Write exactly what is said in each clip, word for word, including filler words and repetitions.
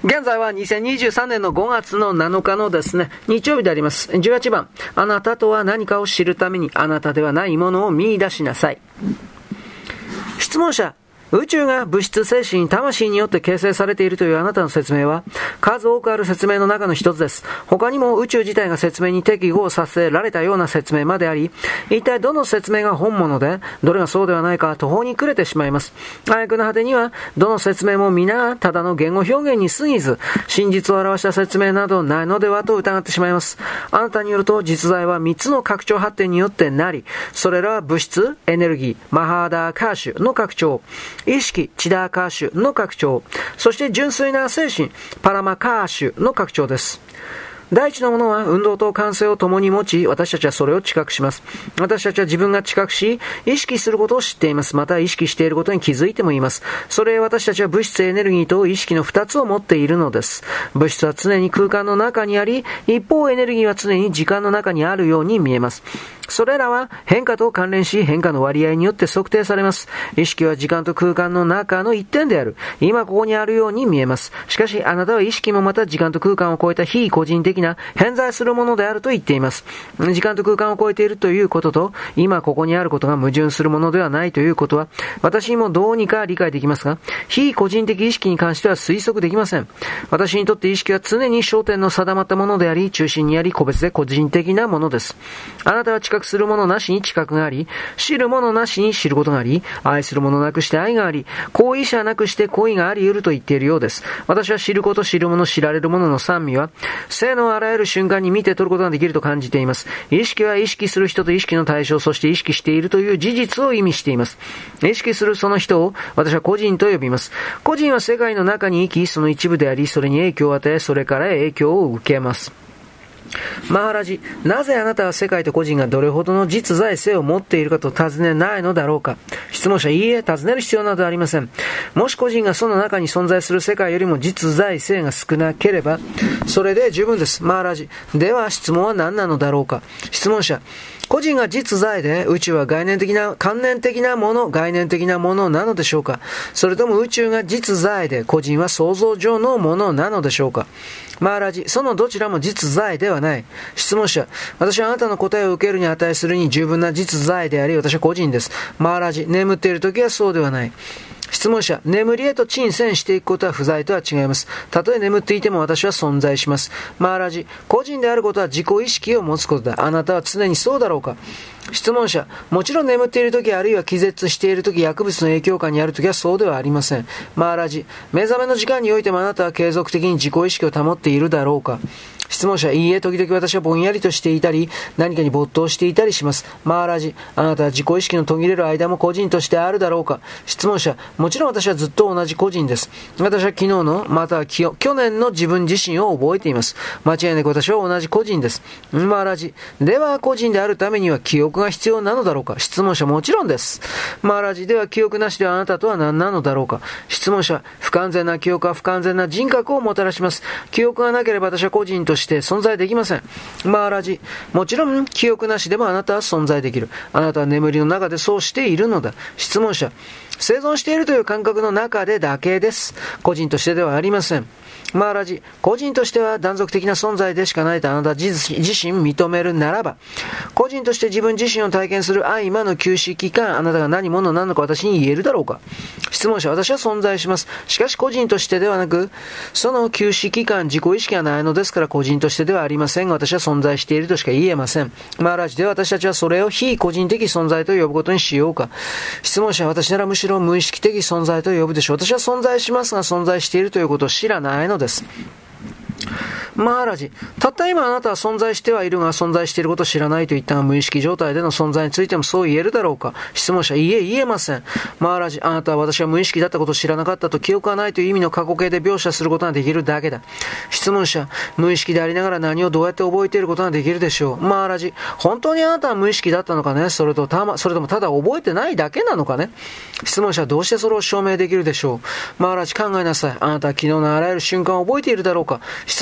現在はにせんにじゅうさんねんのごがつのなのかのですね、日曜日であります。じゅうはちばん、あなたとは何かを知るためにあなたではないものを見出しなさい。質問者、宇宙が物質、精神、魂によって形成されているというあなたの説明は数多くある説明の中の一つです。他にも宇宙自体が説明に適合させられたような説明まであり、一体どの説明が本物でどれがそうではないか途方に暮れてしまいます。挙句の果てにはどの説明も皆ただの言語表現に過ぎず真実を表した説明などないのではと疑ってしまいます。あなたによると実在はみっつの拡張発展によってなり、それらは物質、エネルギー、マハーダーカーシュの拡張、意識、チダーカーシュの拡張、そして純粋な精神、パラマカーシュの拡張です。第一のものは運動と感性を共に持ち、私たちはそれを知覚します。私たちは自分が知覚し、意識することを知っています。また意識していることに気づいてもいます。それへ私たちは物質エネルギーと意識の二つを持っているのです。物質は常に空間の中にあり、一方エネルギーは常に時間の中にあるように見えます。それらは変化と関連し、変化の割合によって測定されます。意識は時間と空間の中の一点である。今ここにあるように見えます。しかしあなたは意識もまた時間と空間を超えた非個人的な偏在するものであると言っています。時間と空間を超えているということと、今ここにあることが矛盾するものではないということは、私にもどうにか理解できますが、非個人的意識に関しては推測できません。私にとって意識は常に焦点の定まったものであり、中心にあり、個別で個人的なものです。あなたは知覚するものなしに知覚があり、知るものなしに知ることがあり、愛するものなくして愛があり、行為者なくして行為があり得ると言っているようです。私は知ること、知るもの、知られるものの三味は、生のあらゆる瞬間に見て取ることができると感じています。意識は意識する人と意識の対象、そして意識しているという事実を意味しています。意識するその人を私は個人と呼びます。個人は世界の中に生き、その一部であり、それに影響を与え、それから影響を受けます。マハラジ、なぜあなたは世界と個人がどれほどの実在性を持っているかと尋ねないのだろうか。質問者、いいえ、尋ねる必要などありません。もし個人がその中に存在する世界よりも実在性が少なければ、それで十分です。マハラジ、では質問は何なのだろうか。質問者、個人が実在で宇宙は概念的な、観念的なもの、概念的なものなのでしょうか。それとも宇宙が実在で個人は想像上のものなのでしょうか。マハラジ、そのどちらも実在ではない。質問者、私はあなたの答えを受けるに値するに十分な実在であり、私は個人です。マハラジ、眠っているときはそうではない。質問者、眠りへと沈潜していくことは不在とは違います。たとえ眠っていても私は存在します。マハラジ、個人であることは自己意識を持つことだ。あなたは常にそうだろうか。質問者、もちろん眠っているときあるいは気絶しているとき、薬物の影響下にあるときはそうではありません。マハラジ、目覚めの時間においてもあなたは継続的に自己意識を保っているだろうか。質問者、いいえ、時々私はぼんやりとしていたり、何かに没頭していたりします。マハラジ、あなたは自己意識の途切れる間も個人としてあるだろうか。質問者、もちろん私はずっと同じ個人です。私は昨日の、または去年の自分自身を覚えています。間違いなく私は同じ個人です。マハラジ、では個人であるためには記憶が必要なのだろうか。質問者、もちろんです。マハラジ、では記憶なしではあなたとは何なのだろうか。質問者、不完全な記憶は不完全な人格をもたらします。記憶がなければ私は個人として存在できません。マハラジ、もちろん記憶なしでもあなたは存在できる。あなたは眠りの中でそうしているのだ。質問者、生存しているという感覚の中でだけです。個人としてではありません。マハラジ、個人としては断続的な存在でしかないとあなた自身認めるならば、個人として自分自身を体験する合間の休止期間、あなたが何者なのか私に言えるだろうか。質問者、私は存在します。しかし個人としてではなく、その休止期間、自己意識がないのですから個人としてではありませんが、私は存在しているとしか言えません。マハラジ、では私たちはそれを非個人的存在と呼ぶことにしようか。質問者、私ならむしろ無意識的存在と呼ぶでしょう。私は存在しますが存在しているということを知らないのです。マハラジ、たった今あなたは存在してはいるが存在していることを知らないと言ったが、無意識状態での存在についてもそう言えるだろうか。質問者、いいえ、言えません。マハラジ、あなたは私は無意識だったことを知らなかったと記憶がないという意味の過去形で描写することができるだけだ。質問者、無意識でありながら何をどうやって覚えていることができるでしょう。マハラジ、本当にあなたは無意識だったのかね。それとたま、それともただ覚えてないだけなのかね。質問者、どうしてそれを証明できるでしょう。マハラジ、考えなさい。あなたは昨日のあらゆる瞬間を覚えているだろうか。質問者、も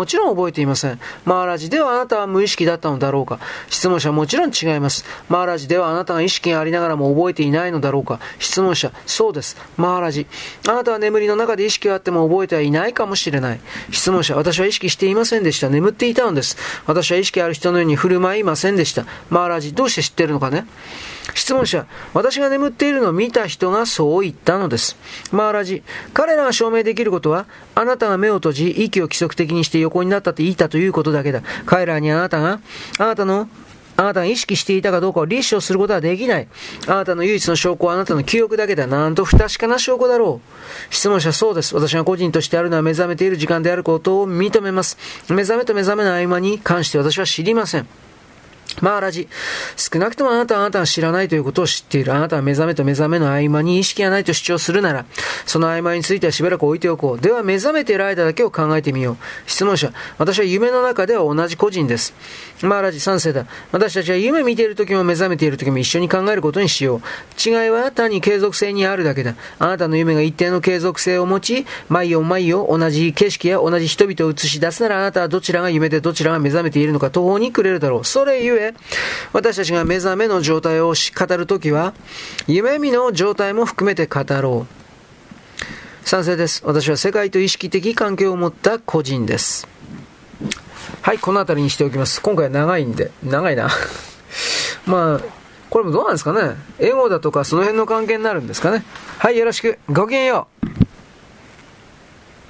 ちろん覚えていません。マーラジではあなたは無意識だったのだろうか。質問者はもちろん違います。マーラジではあなたが意識がありながらも覚えていないのだろうか。質問者、そうです。マーラジ。あなたは眠りの中で意識があっても覚えてはいないかもしれない。質問者、私は意識していませんでした。眠っていたのです。私は意識ある人のように振る舞いませんでした。マーラジ、どうして知ってるのかね。質問者、私が眠っているのを見た人がそう言ったのです。マーラジ、彼らが証明できることは、あなたが目を閉じ、息を規則的にして横になったって言ったということだけだ。彼らにあなたが、あなたの、あなたが意識していたかどうかを立証することはできない。あなたの唯一の証拠はあなたの記憶だけだ。なんと不確かな証拠だろう。質問者、そうです。私が個人としてあるのは目覚めている時間であることを認めます。目覚めと目覚めの合間に関して私は知りません。マーラジ、少なくともあなたはあなたが知らないということを知っている。あなたは目覚めと目覚めの合間に意識がないと主張するなら、その合間についてはしばらく置いておこう。では目覚めている間だけを考えてみよう。質問者、私は夢の中では同じ個人です。マーラジ、賛成だ。私たちは夢見ている時も目覚めている時も一緒に考えることにしよう。違いは単に継続性にあるだけだ。あなたの夢が一定の継続性を持ち、毎夜毎夜同じ景色や同じ人々を映し出すなら、あなたはどちらが夢でどちらが目覚めているのか途方に暮れるだろう。それゆえ、私たちが目覚めの状態を語るときは、夢見の状態も含めて語ろう。賛成です。私は世界と意識的関係を持った個人です。はい、この辺りにしておきます。今回は長いんで、長いな。まあ、これもどうなんですかね。英語だとかその辺の関係になるんですかね。はい、よろしく。ごきげんよう。